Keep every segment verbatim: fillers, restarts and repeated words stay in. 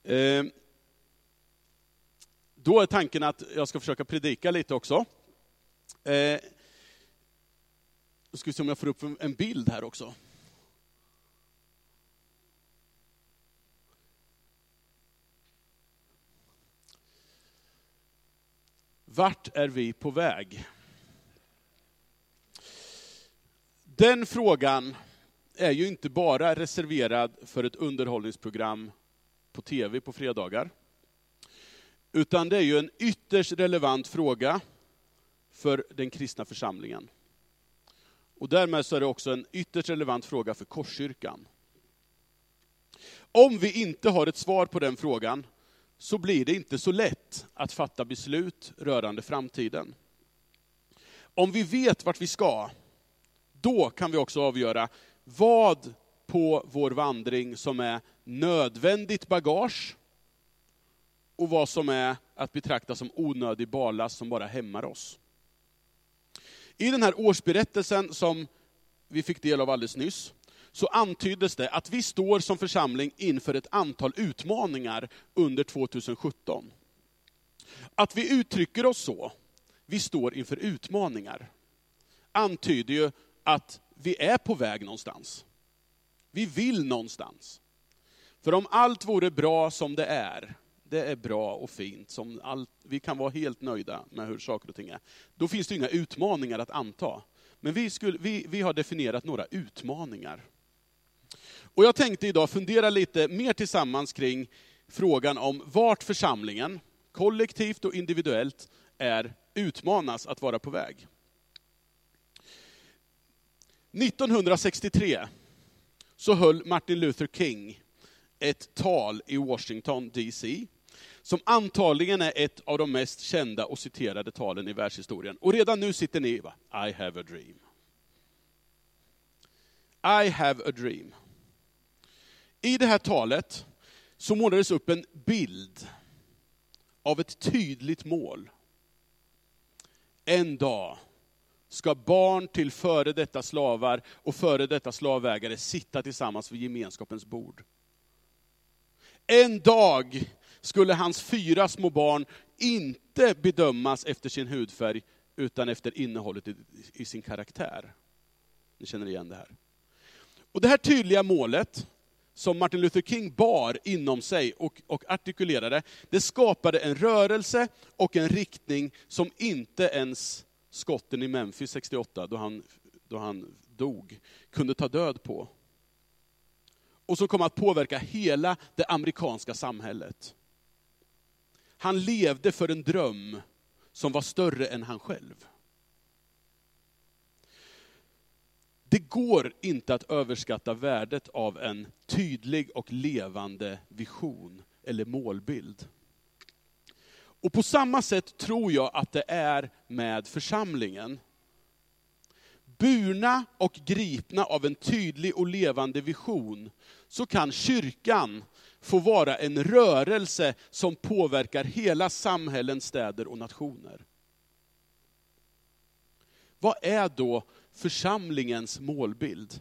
Eh, då är tanken att jag ska försöka predika lite också. Eh, då ska vi se om jag får upp en bild här också. Vart är vi på väg? Den frågan är ju inte bara reserverad för ett underhållningsprogram på tv på fredagar. Utan det är ju en ytterst relevant fråga för den kristna församlingen. Och därmed så är det också en ytterst relevant fråga för Korskyrkan. Om vi inte har ett svar på den frågan så blir det inte så lätt att fatta beslut rörande framtiden. Om vi vet vart vi ska, då kan vi också avgöra vad på vår vandring som är nödvändigt bagage och vad som är att betrakta som onödig ballast som bara hämmar oss. I den här årsberättelsen som vi fick del av alldeles nyss så antyddes det att vi står som församling inför ett antal utmaningar under tjugohundrasjutton. Att vi uttrycker oss så, vi står inför utmaningar, antyder ju att vi är på väg någonstans. Vi vill någonstans. För om allt vore bra som det är, det är bra och fint, som allt, vi kan vara helt nöjda med hur saker och ting är, då finns det inga utmaningar att anta. Men vi, skulle, vi, vi har definierat några utmaningar. Och jag tänkte idag fundera lite mer tillsammans kring frågan om vart församlingen, kollektivt och individuellt, är utmanas att vara på väg. nittonhundrasextiotre så höll Martin Luther King ett tal i Washington D C som antagligen är ett av de mest kända och citerade talen i världshistorien. Och redan nu sitter ni, va? I have a dream. I have a dream. I det här talet så målades upp en bild av ett tydligt mål. En dag ska barn till före detta slavar och före detta slavägare sitta tillsammans vid gemenskapens bord. En dag skulle hans fyra små barn inte bedömas efter sin hudfärg utan efter innehållet i, i sin karaktär. Ni känner igen det här. Och det här tydliga målet som Martin Luther King bar inom sig och, och artikulerade, det skapade en rörelse och en riktning som inte ens skotten i Memphis sextioåtta, då han, då han dog, kunde ta död på. Och som kom att påverka hela det amerikanska samhället. Han levde för en dröm som var större än han själv. Det går inte att överskatta värdet av en tydlig och levande vision eller målbild. Och på samma sätt tror jag att det är med församlingen. Burna och gripna av en tydlig och levande vision så kan kyrkan få vara en rörelse som påverkar hela samhällen, städer och nationer. Vad är då församlingens målbild?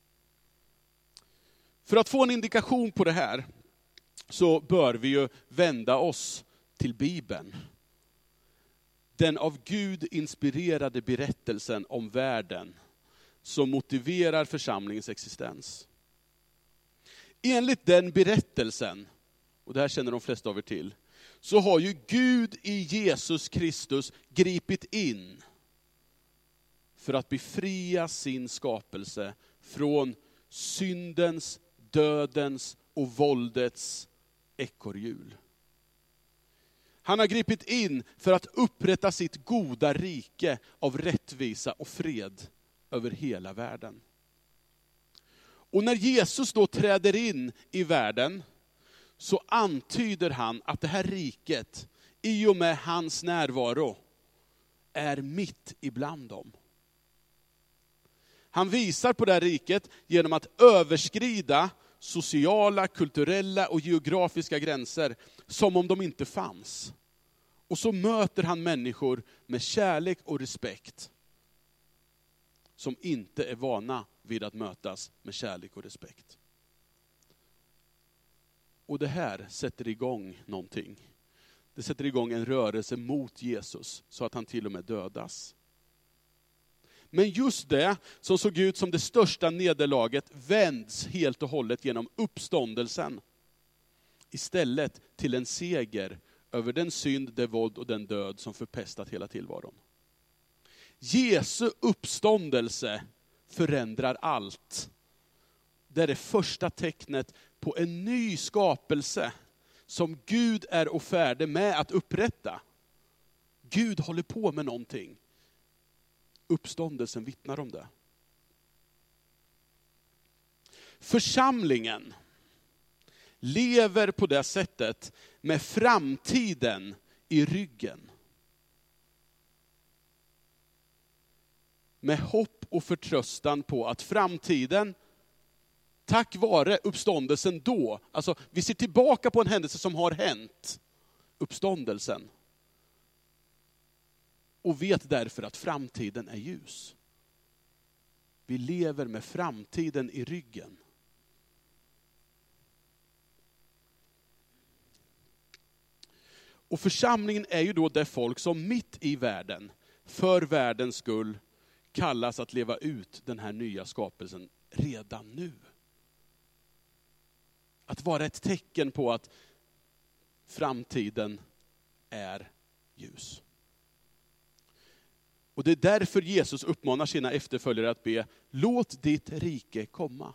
För att få en indikation på det här så bör vi ju vända oss till Bibeln. Den av Gud inspirerade berättelsen om världen som motiverar församlingens existens. Enligt den berättelsen, och det här känner de flesta av er till, så har ju Gud i Jesus Kristus gripit in för att befria sin skapelse från syndens, dödens och våldets ekorrhjul. Han har gripit in för att upprätta sitt goda rike av rättvisa och fred över hela världen. Och när Jesus då träder in i världen så antyder han att det här riket i och med hans närvaro är mitt ibland dem. Han visar på det här riket genom att överskrida sociala, kulturella och geografiska gränser som om de inte fanns. Och så möter han människor med kärlek och respekt som inte är vana vid att mötas med kärlek och respekt. Och det här sätter igång någonting. Det sätter igång en rörelse mot Jesus så att han till och med dödas. Men just det som såg ut som det största nederlaget vänds helt och hållet genom uppståndelsen. Istället till en seger över den synd, det våld och den död som förpestat hela tillvaron. Jesu uppståndelse förändrar allt. Det är det första tecknet på en ny skapelse som Gud är och färdig med att upprätta. Gud håller på med någonting. Uppståndelsen vittnar om det. Församlingen lever på det sättet med framtiden i ryggen. Med hopp och förtröstan på att framtiden, tack vare uppståndelsen då, alltså vi ser tillbaka på en händelse som har hänt, uppståndelsen. Och vet därför att framtiden är ljus. Vi lever med framtiden i ryggen. Och församlingen är ju då det folk som mitt i världen, för världens skull, kallas att leva ut den här nya skapelsen redan nu. Att vara ett tecken på att framtiden är ljus. Och det är därför Jesus uppmanar sina efterföljare att be, låt ditt rike komma.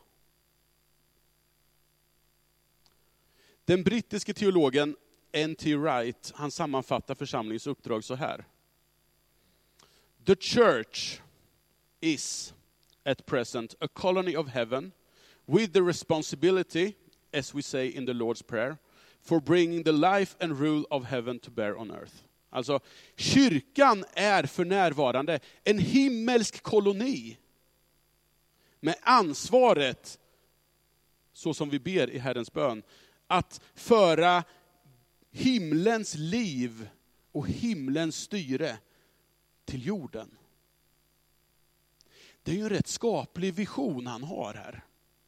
Den brittiske teologen N T Wright, han sammanfattar församlingens uppdrag så här. The church is at present a colony of heaven with the responsibility, as we say in the Lord's Prayer, for bringing the life and rule of heaven to bear on earth. Alltså, kyrkan är för närvarande en himmelsk koloni med ansvaret, så som vi ber i Herrens bön, att föra himlens liv och himlens styre till jorden. Det är ju en rätt skaplig vision han har här.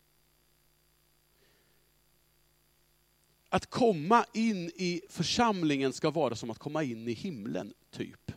Att komma in i församlingen ska vara som att komma in i himlen, typ.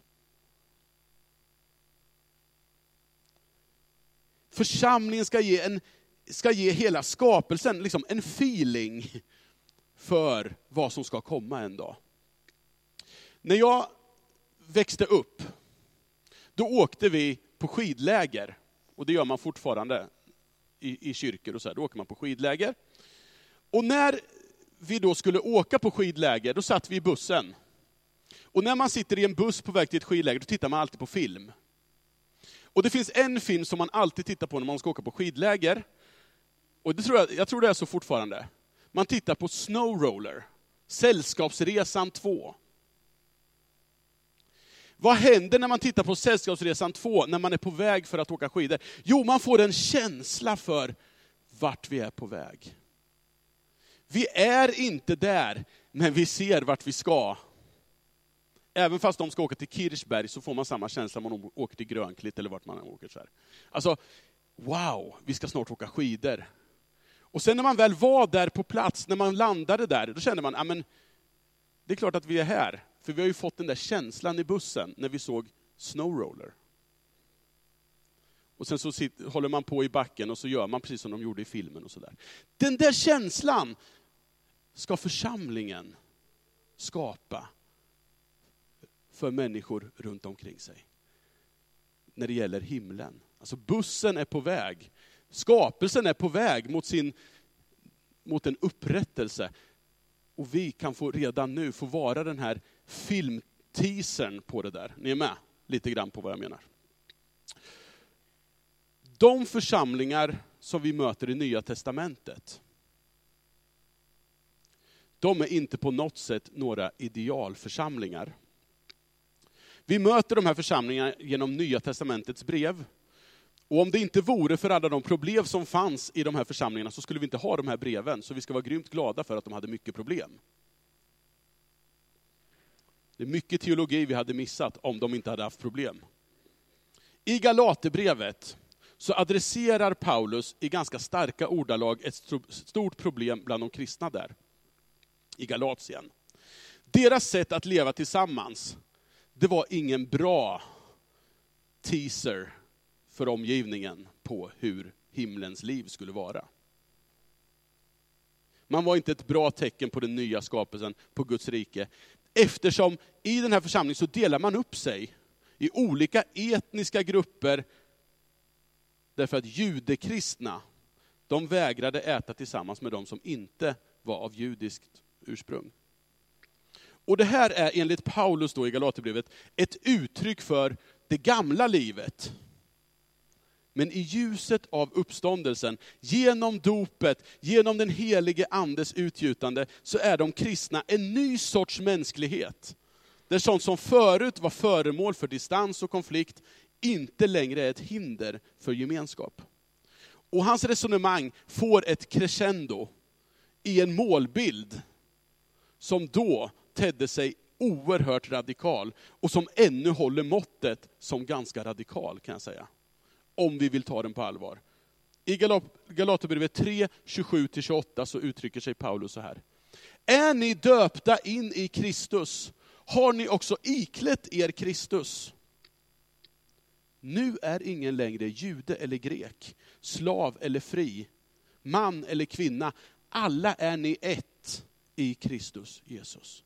Församlingen ska ge, en, ska ge hela skapelsen liksom en feeling för vad som ska komma en dag. När jag växte upp, då åkte vi på skidläger. Och det gör man fortfarande i, i kyrkor och så här. Då åker man på skidläger. Och när vi då skulle åka på skidläger, då satt vi i bussen. Och när man sitter i en buss på väg till ett skidläger, då tittar man alltid på film. Och det finns en film som man alltid tittar på när man ska åka på skidläger. Och det tror jag, jag tror det är så fortfarande. Man tittar på Snowroller, Sällskapsresan två. Vad händer när man tittar på Sällskapsresan två när man är på väg för att åka skidor? Jo, man får en känsla för vart vi är på väg. Vi är inte där, men vi ser vart vi ska. Även fast de ska åka till Kirchberg så får man samma känsla när man åker till Grönklitt eller vart man åker. Så här. Alltså, wow, vi ska snart åka skidor. Och sen när man väl var där på plats, när man landade där, då kände man, ja men det är klart att vi är här. För vi har ju fått den där känslan i bussen när vi såg Snowroller. Och sen så sitter, håller man på i backen och så gör man precis som de gjorde i filmen och sådär. Den där känslan ska församlingen skapa för människor runt omkring sig. När det gäller himlen. Alltså bussen är på väg. Skapelsen är på väg mot, sin, mot en upprättelse. Och vi kan få redan nu få vara den här filmteasern på det där. Ni är med lite grann på vad jag menar. De församlingar som vi möter i Nya testamentet, de är inte på något sätt några idealförsamlingar. Vi möter de här församlingarna genom Nya testamentets brev. Och om det inte vore för alla de problem som fanns i de här församlingarna så skulle vi inte ha de här breven. Så vi ska vara grymt glada för att de hade mycket problem. Det är mycket teologi vi hade missat om de inte hade haft problem. I Galaterbrevet så adresserar Paulus i ganska starka ordalag ett stort problem bland de kristna där. i Galatien. Deras sätt att leva tillsammans, det var ingen bra teaser för omgivningen på hur himlens liv skulle vara. Man var inte ett bra tecken på den nya skapelsen, på Guds rike. Eftersom i den här församlingen så delar man upp sig i olika etniska grupper. Därför att judekristna, de vägrade äta tillsammans med de som inte var av judiskt ursprung. Och det här är enligt Paulus då i Galaterbrevet ett uttryck för det gamla livet. Men i ljuset av uppståndelsen, genom dopet, genom den helige andes utgjutande, så är de kristna en ny sorts mänsklighet. Där sånt som förut var föremål för distans och konflikt inte längre är ett hinder för gemenskap. Och hans resonemang får ett crescendo i en målbild som då tedde sig oerhört radikal och som ännu håller måttet som ganska radikal, kan jag säga. Om vi vill ta den på allvar. I Galaterbrevet tre, tjugosju till tjugoåtta så uttrycker sig Paulus så här. Är ni döpta in i Kristus, har ni också iklätt er Kristus. Nu är ingen längre jude eller grek, slav eller fri, man eller kvinna. Alla är ni ett i Kristus Jesus.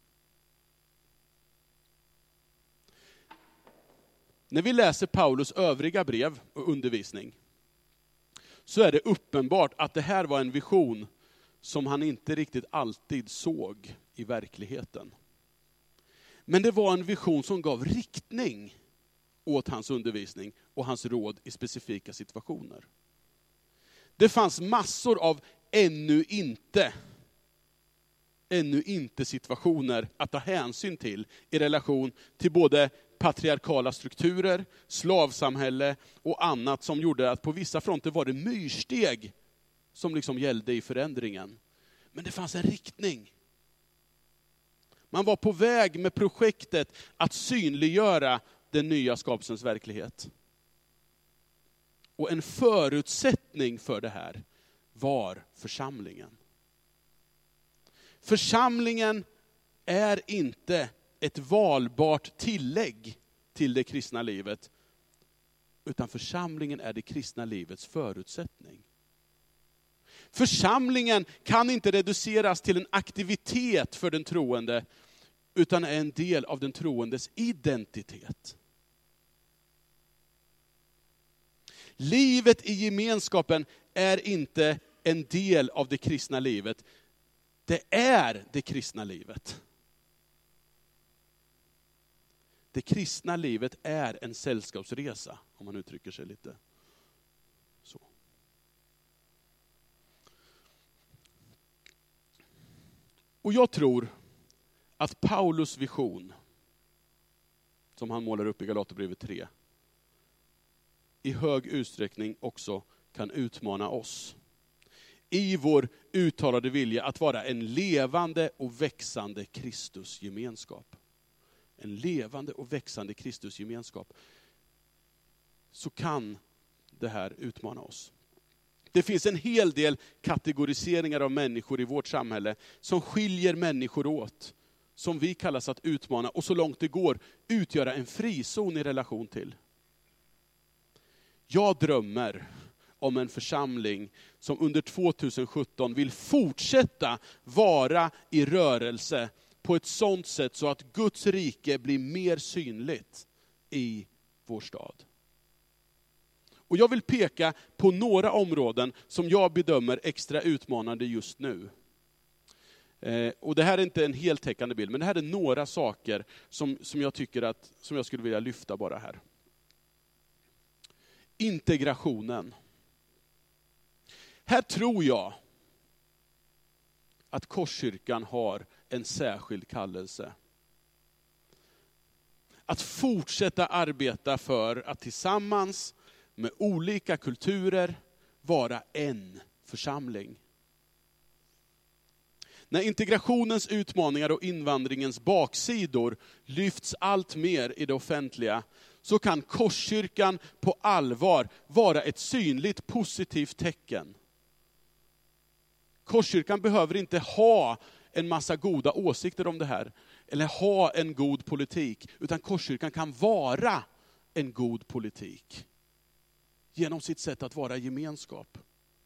När vi läser Paulus övriga brev och undervisning så är det uppenbart att det här var en vision som han inte riktigt alltid såg i verkligheten. Men det var en vision som gav riktning åt hans undervisning och hans råd i specifika situationer. Det fanns massor av ännu inte, ännu inte situationer att ta hänsyn till i relation till både patriarkala strukturer, slavsamhälle och annat som gjorde att på vissa fronter var det myrsteg som liksom gällde i förändringen. Men det fanns en riktning. Man var på väg med projektet att synliggöra den nya skapelsens verklighet. Och en förutsättning för det här var församlingen. Församlingen är inte ett valbart tillägg till det kristna livet, utan församlingen är det kristna livets förutsättning. Församlingen kan inte reduceras till en aktivitet för den troende, utan är en del av den troendes identitet. Livet i gemenskapen är inte en del av det kristna livet. Det är det kristna livet. Det kristna livet är en sällskapsresa, om man uttrycker sig lite så. Och jag tror att Paulus vision, som han målar upp i Galaterbrevet tre, i hög utsträckning också kan utmana oss i vår uttalade vilja att vara en levande och växande Kristusgemenskap. En levande och växande Kristusgemenskap. Så kan det här utmana oss. Det finns en hel del kategoriseringar av människor i vårt samhälle som skiljer människor åt, som vi kallas att utmana och så långt det går utgöra en frizon i relation till. Jag drömmer om en församling som under tjugohundrasjutton vill fortsätta vara i rörelse på ett sådant sätt så att Guds rike blir mer synligt i vår stad. Och jag vill peka på några områden som jag bedömer extra utmanande just nu. Eh, och det här är inte en heltäckande bild, men det här är några saker som, som jag tycker att, som jag skulle vilja lyfta bara här. Integrationen. Här tror jag att Korskyrkan har en särskild kallelse. Att fortsätta arbeta för att tillsammans med olika kulturer vara en församling. När integrationens utmaningar och invandringens baksidor lyfts allt mer i det offentliga, så kan Korskyrkan på allvar vara ett synligt positivt tecken. Korskyrkan behöver inte ha en massa goda åsikter om det här. Eller ha en god politik. Utan Korskyrkan kan vara en god politik. Genom sitt sätt att vara gemenskap.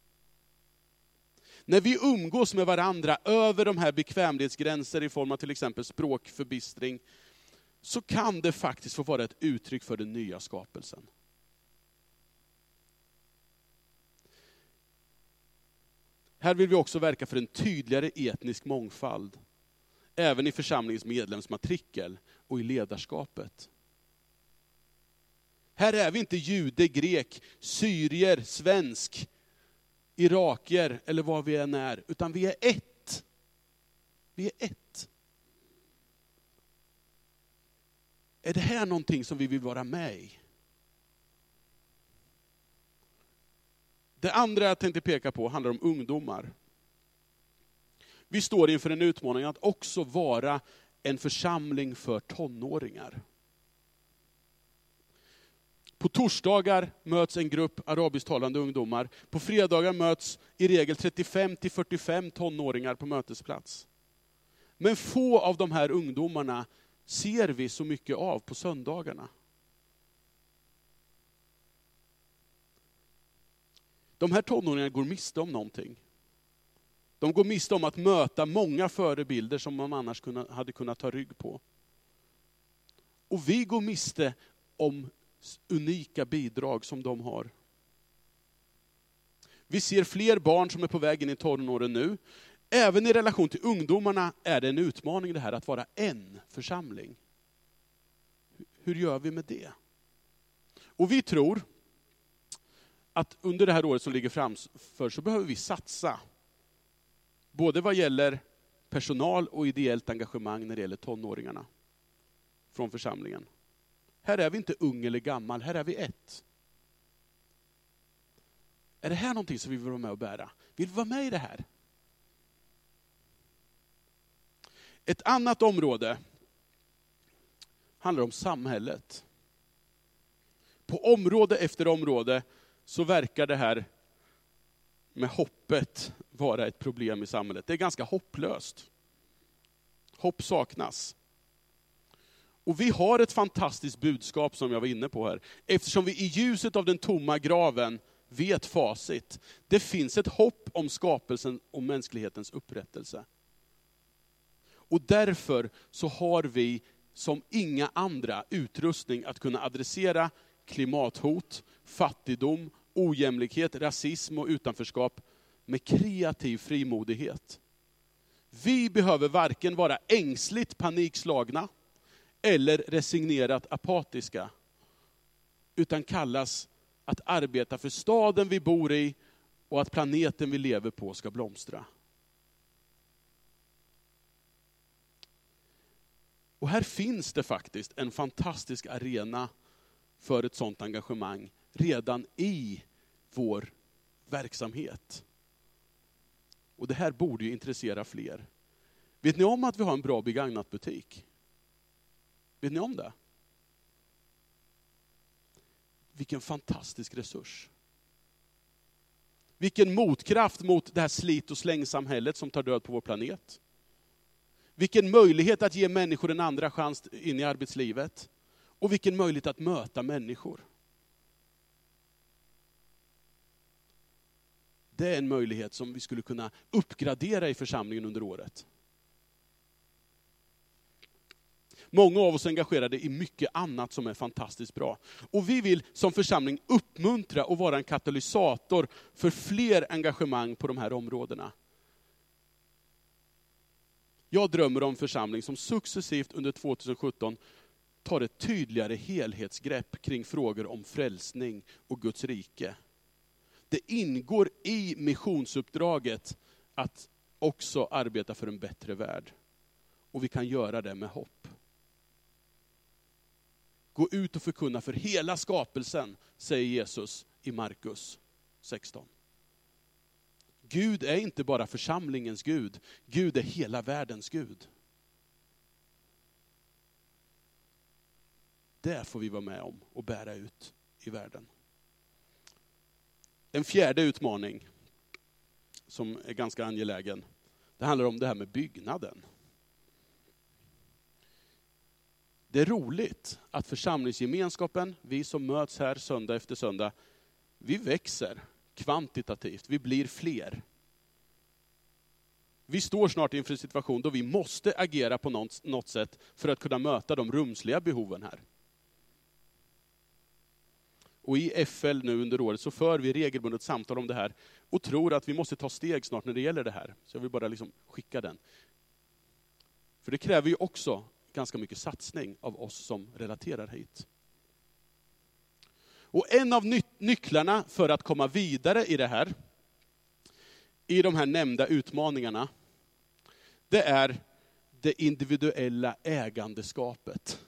När vi umgås med varandra över de här bekvämlighetsgränser i form av till exempel språkförbistring, så kan det faktiskt få vara ett uttryck för den nya skapelsen. Här vill vi också verka för en tydligare etnisk mångfald, även i församlingens medlemsmatrikel och i ledarskapet. Här är vi inte jude, grek, syrier, svensk, irakier eller vad vi än är, utan vi är ett. Vi är ett. Är det här någonting som vi vill vara med i? Det andra jag tänkte peka på handlar om ungdomar. Vi står inför en utmaning att också vara en församling för tonåringar. På torsdagar möts en grupp arabisktalande ungdomar. På fredagar möts i regel trettiofem till fyrtiofem tonåringar på mötesplats. Men få av de här ungdomarna ser vi så mycket av på söndagarna. De här tonåringarna går miste om någonting. De går miste om att möta många förebilder som man annars hade kunnat ta rygg på. Och vi går miste om unika bidrag som de har. Vi ser fler barn som är på väg in i tonåren nu. Även i relation till ungdomarna är det en utmaning det här att vara en församling. Hur gör vi med det? Och vi tror att under det här året som ligger framför så behöver vi satsa. Både vad gäller personal och ideellt engagemang när det gäller tonåringarna från församlingen. Här är vi inte ung eller gammal, här är vi ett. Är det här någonting som vi vill vara med och bära? Vill vi vara med i det här? Ett annat område handlar om samhället. På område efter område så verkar det här med hoppet vara ett problem i samhället. Det är ganska hopplöst. Hopp saknas. Och vi har ett fantastiskt budskap som jag var inne på här. Eftersom vi i ljuset av den tomma graven vet facit. Det finns ett hopp om skapelsen och mänsklighetens upprättelse. Och därför så har vi som inga andra utrustning att kunna adressera klimathot, fattigdom, ojämlikhet, rasism och utanförskap med kreativ frimodighet. Vi behöver varken vara ängsligt panikslagna eller resignerat apatiska, utan kallas att arbeta för staden vi bor i och att planeten vi lever på ska blomstra. Och här finns det faktiskt en fantastisk arena för ett sådant engagemang redan i vår verksamhet. Och det här borde ju intressera fler. Vet ni om att vi har en bra begagnat butik? Vet ni om det? Vilken fantastisk resurs. Vilken motkraft mot det här slit- och slängsamhället som tar död på vår planet. Vilken möjlighet att ge människor en andra chans in i arbetslivet. Och vilken möjlighet att möta människor. Det är en möjlighet som vi skulle kunna uppgradera i församlingen under året. Många av oss är engagerade i mycket annat som är fantastiskt bra. Och vi vill som församling uppmuntra och vara en katalysator för fler engagemang på de här områdena. Jag drömmer om en församling som successivt under tjugohundrasjutton tar ett tydligare helhetsgrepp kring frågor om frälsning och Guds rike. Det ingår i missionsuppdraget att också arbeta för en bättre värld. Och vi kan göra det med hopp. Gå ut och förkunna för hela skapelsen, säger Jesus i Markus sexton. Gud är inte bara församlingens Gud. Gud är hela världens Gud. Det får vi vara med om och bära ut i världen. En fjärde utmaning som är ganska angelägen. Det handlar om det här med byggnaden. Det är roligt att församlingsgemenskapen, vi som möts här söndag efter söndag, vi växer kvantitativt, vi blir fler. Vi står snart inför en situation då vi måste agera på något, något sätt för att kunna möta de rumsliga behoven här. Och i F L nu under året så för vi regelbundet samtal om det här och tror att vi måste ta steg snart när det gäller det här. Så jag vill bara liksom skicka den. För det kräver ju också ganska mycket satsning av oss som relaterar hit. Och en av ny- nycklarna för att komma vidare i det här, i de här nämnda utmaningarna, det är det individuella ägandeskapet.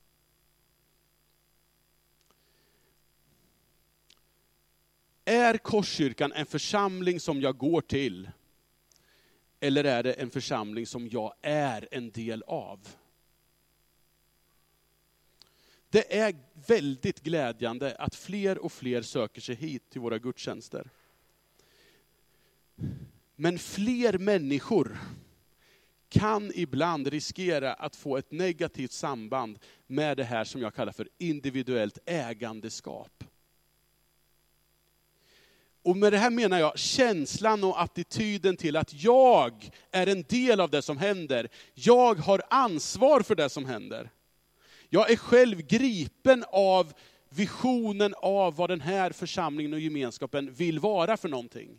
Är Korskyrkan en församling som jag går till? Eller är det en församling som jag är en del av? Det är väldigt glädjande att fler och fler söker sig hit till våra gudstjänster. Men fler människor kan ibland riskera att få ett negativt samband med det här som jag kallar för individuellt ägandeskap. Och med det här menar jag känslan och attityden till att jag är en del av det som händer. Jag har ansvar för det som händer. Jag är själv gripen av visionen av vad den här församlingen och gemenskapen vill vara för någonting.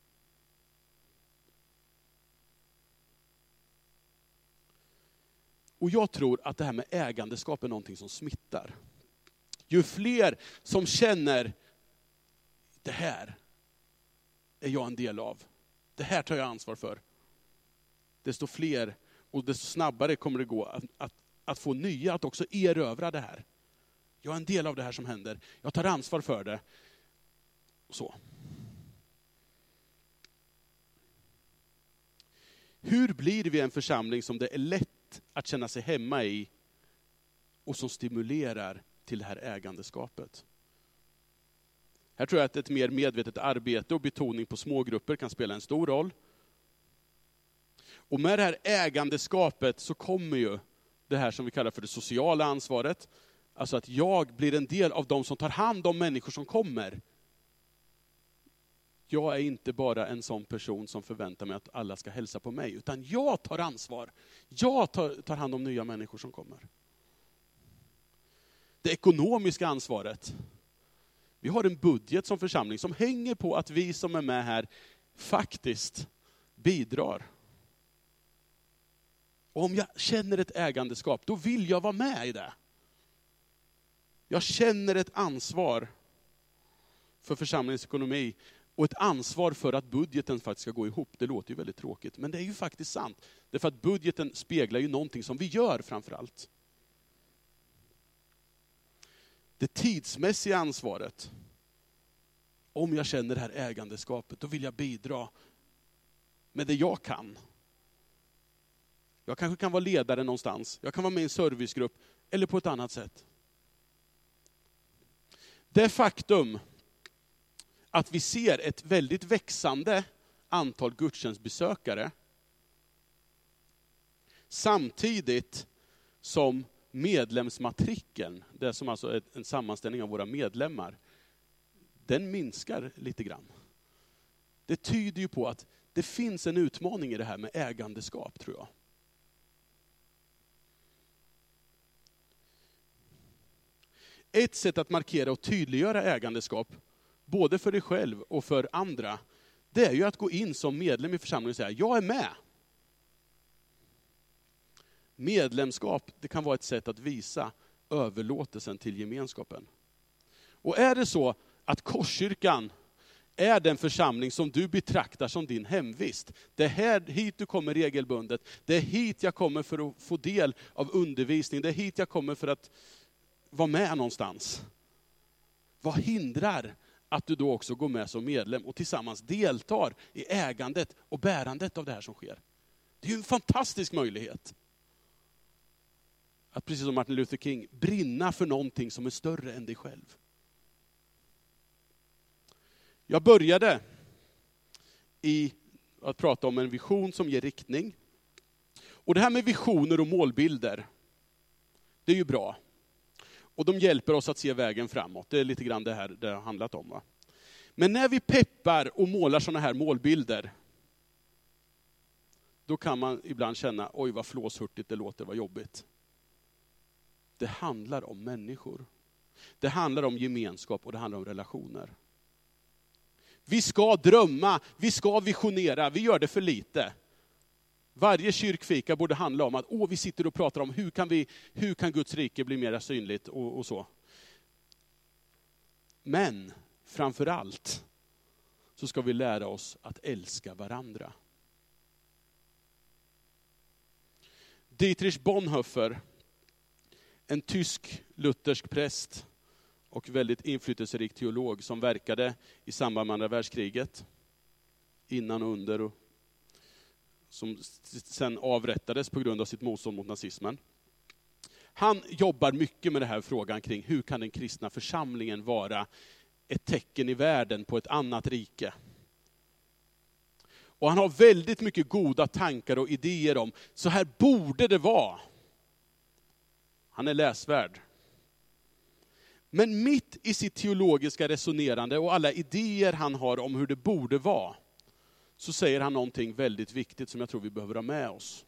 Och jag tror att det här med ägandeskap är någonting som smittar. Ju fler som känner det här är jag en del av. Det här tar jag ansvar för. Desto fler och desto snabbare kommer det gå att, att, att få nya att också erövra det här. Jag är en del av det här som händer. Jag tar ansvar för det. Så. Hur blir vi en församling som det är lätt att känna sig hemma i och som stimulerar till det här ägandeskapet? Här tror jag att ett mer medvetet arbete och betoning på smågrupper kan spela en stor roll. Och med det här ägandeskapet så kommer ju det här som vi kallar för det sociala ansvaret. Alltså att jag blir en del av de som tar hand om människor som kommer. Jag är inte bara en sån person som förväntar mig att alla ska hälsa på mig, utan jag tar ansvar. Jag tar, tar hand om nya människor som kommer. Det ekonomiska ansvaret. Vi har en budget som församling som hänger på att vi som är med här faktiskt bidrar. Och om jag känner ett ägandeskap, då vill jag vara med i det. Jag känner ett ansvar för församlingens ekonomi och ett ansvar för att budgeten faktiskt ska gå ihop. Det låter ju väldigt tråkigt, men det är ju faktiskt sant. Därför att budgeten speglar ju någonting som vi gör framförallt. Det tidsmässiga ansvaret. Om jag känner det här ägandeskapet, då vill jag bidra med det jag kan. Jag kanske kan vara ledare någonstans. Jag kan vara med i en servicegrupp eller på ett annat sätt. Det faktum att vi ser ett väldigt växande antal gudstjänstbesökare samtidigt som medlemsmatrikeln, det som alltså är en sammanställning av våra medlemmar, den minskar lite grann. Det tyder ju på att det finns en utmaning i det här med ägandeskap, tror jag. Ett sätt att markera och tydliggöra ägandeskap, både för dig själv och för andra, det är ju att gå in som medlem i församlingen och säga, jag är med. Medlemskap, det kan vara ett sätt att visa överlåtelsen till gemenskapen. Och är det så att Korskyrkan är den församling som du betraktar som din hemvist, det är här, hit du kommer regelbundet, det är hit jag kommer för att få del av undervisning, det är hit jag kommer för att vara med någonstans. Vad hindrar att du då också går med som medlem och tillsammans deltar i ägandet och bärandet av det här som sker? Det är ju en fantastisk möjlighet. Att precis som Martin Luther King, brinna för någonting som är större än dig själv. Jag började i att prata om en vision som ger riktning. Och det här med visioner och målbilder, det är ju bra. Och de hjälper oss att se vägen framåt. Det är lite grann det här det har handlat om. Va? Men när vi peppar och målar sådana här målbilder, då kan man ibland känna, oj vad flåshurtigt det låter, vad jobbigt. Det handlar om människor. Det handlar om gemenskap och det handlar om relationer. Vi ska drömma, vi ska visionera, vi gör det för lite. Varje kyrkfika borde handla om att åh, vi sitter och pratar om hur kan, vi, hur kan Guds rike bli mer synligt och, och så. Men framför allt så ska vi lära oss att älska varandra. Dietrich Bonhoeffer, en tysk luthersk präst och väldigt inflytelserik teolog som verkade i samband med andra världskriget, innan och under, och som sen avrättades på grund av sitt motstånd mot nazismen. Han jobbar mycket med den här frågan kring hur kan den kristna församlingen vara ett tecken i världen på ett annat rike. Och han har väldigt mycket goda tankar och idéer om, så här borde det vara. Han är läsvärd. Men mitt i sitt teologiska resonerande och alla idéer han har om hur det borde vara, så säger han någonting väldigt viktigt som jag tror vi behöver ha med oss.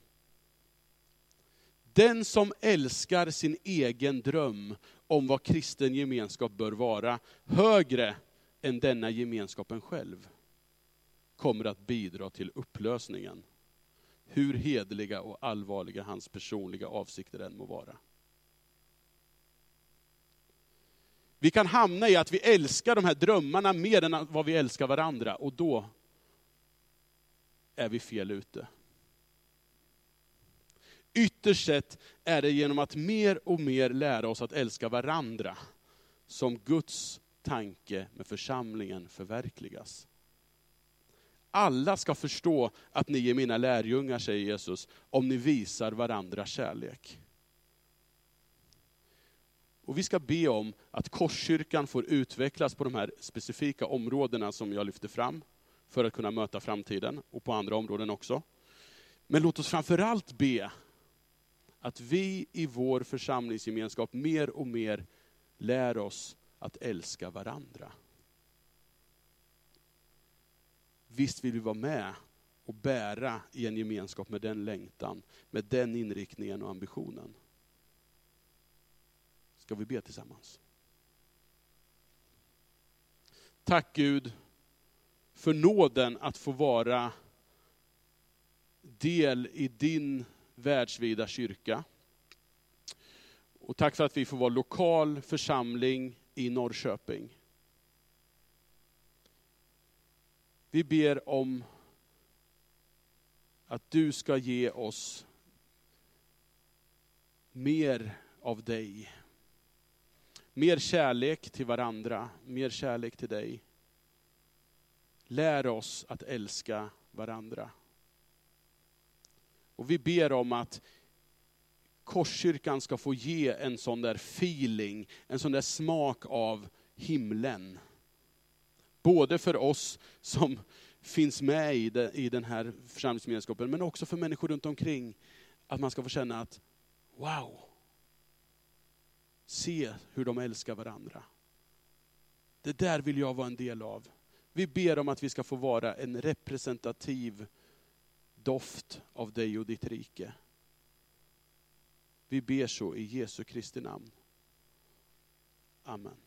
Den som älskar sin egen dröm om vad kristen gemenskap bör vara, högre än denna gemenskapen själv, kommer att bidra till upplösningen. Hur hedliga och allvarliga hans personliga avsikter än må vara. Vi kan hamna i att vi älskar de här drömmarna mer än vad vi älskar varandra. Och då är vi fel ute. Ytterst sett är det genom att mer och mer lära oss att älska varandra som Guds tanke med församlingen förverkligas. Alla ska förstå att ni är mina lärjungar, säger Jesus, om ni visar varandra kärlek. Och vi ska be om att Korskyrkan får utvecklas på de här specifika områdena som jag lyfter fram för att kunna möta framtiden, och på andra områden också. Men låt oss framförallt be att vi i vår församlingsgemenskap mer och mer lär oss att älska varandra. Visst vill vi vara med och bära i en gemenskap med den längtan, med den inriktningen och ambitionen. Ska vi be tillsammans? Tack Gud för nåden att få vara del i din världsvida kyrka. Och tack för att vi får vara lokal församling i Norrköping. Vi ber om att du ska ge oss mer av dig. Mer kärlek till varandra, mer kärlek till dig. Lär oss att älska varandra. Och vi ber om att Korskyrkan ska få ge en sån där feeling, en sån där smak av himlen. Både för oss som finns med i, det, i den här församlingsgemenskapen, men också för människor runt omkring. Att man ska få känna att, wow, se hur de älskar varandra. Det där vill jag vara en del av. Vi ber om att vi ska få vara en representativ doft av dig och ditt rike. Vi ber så i Jesu Kristi namn. Amen.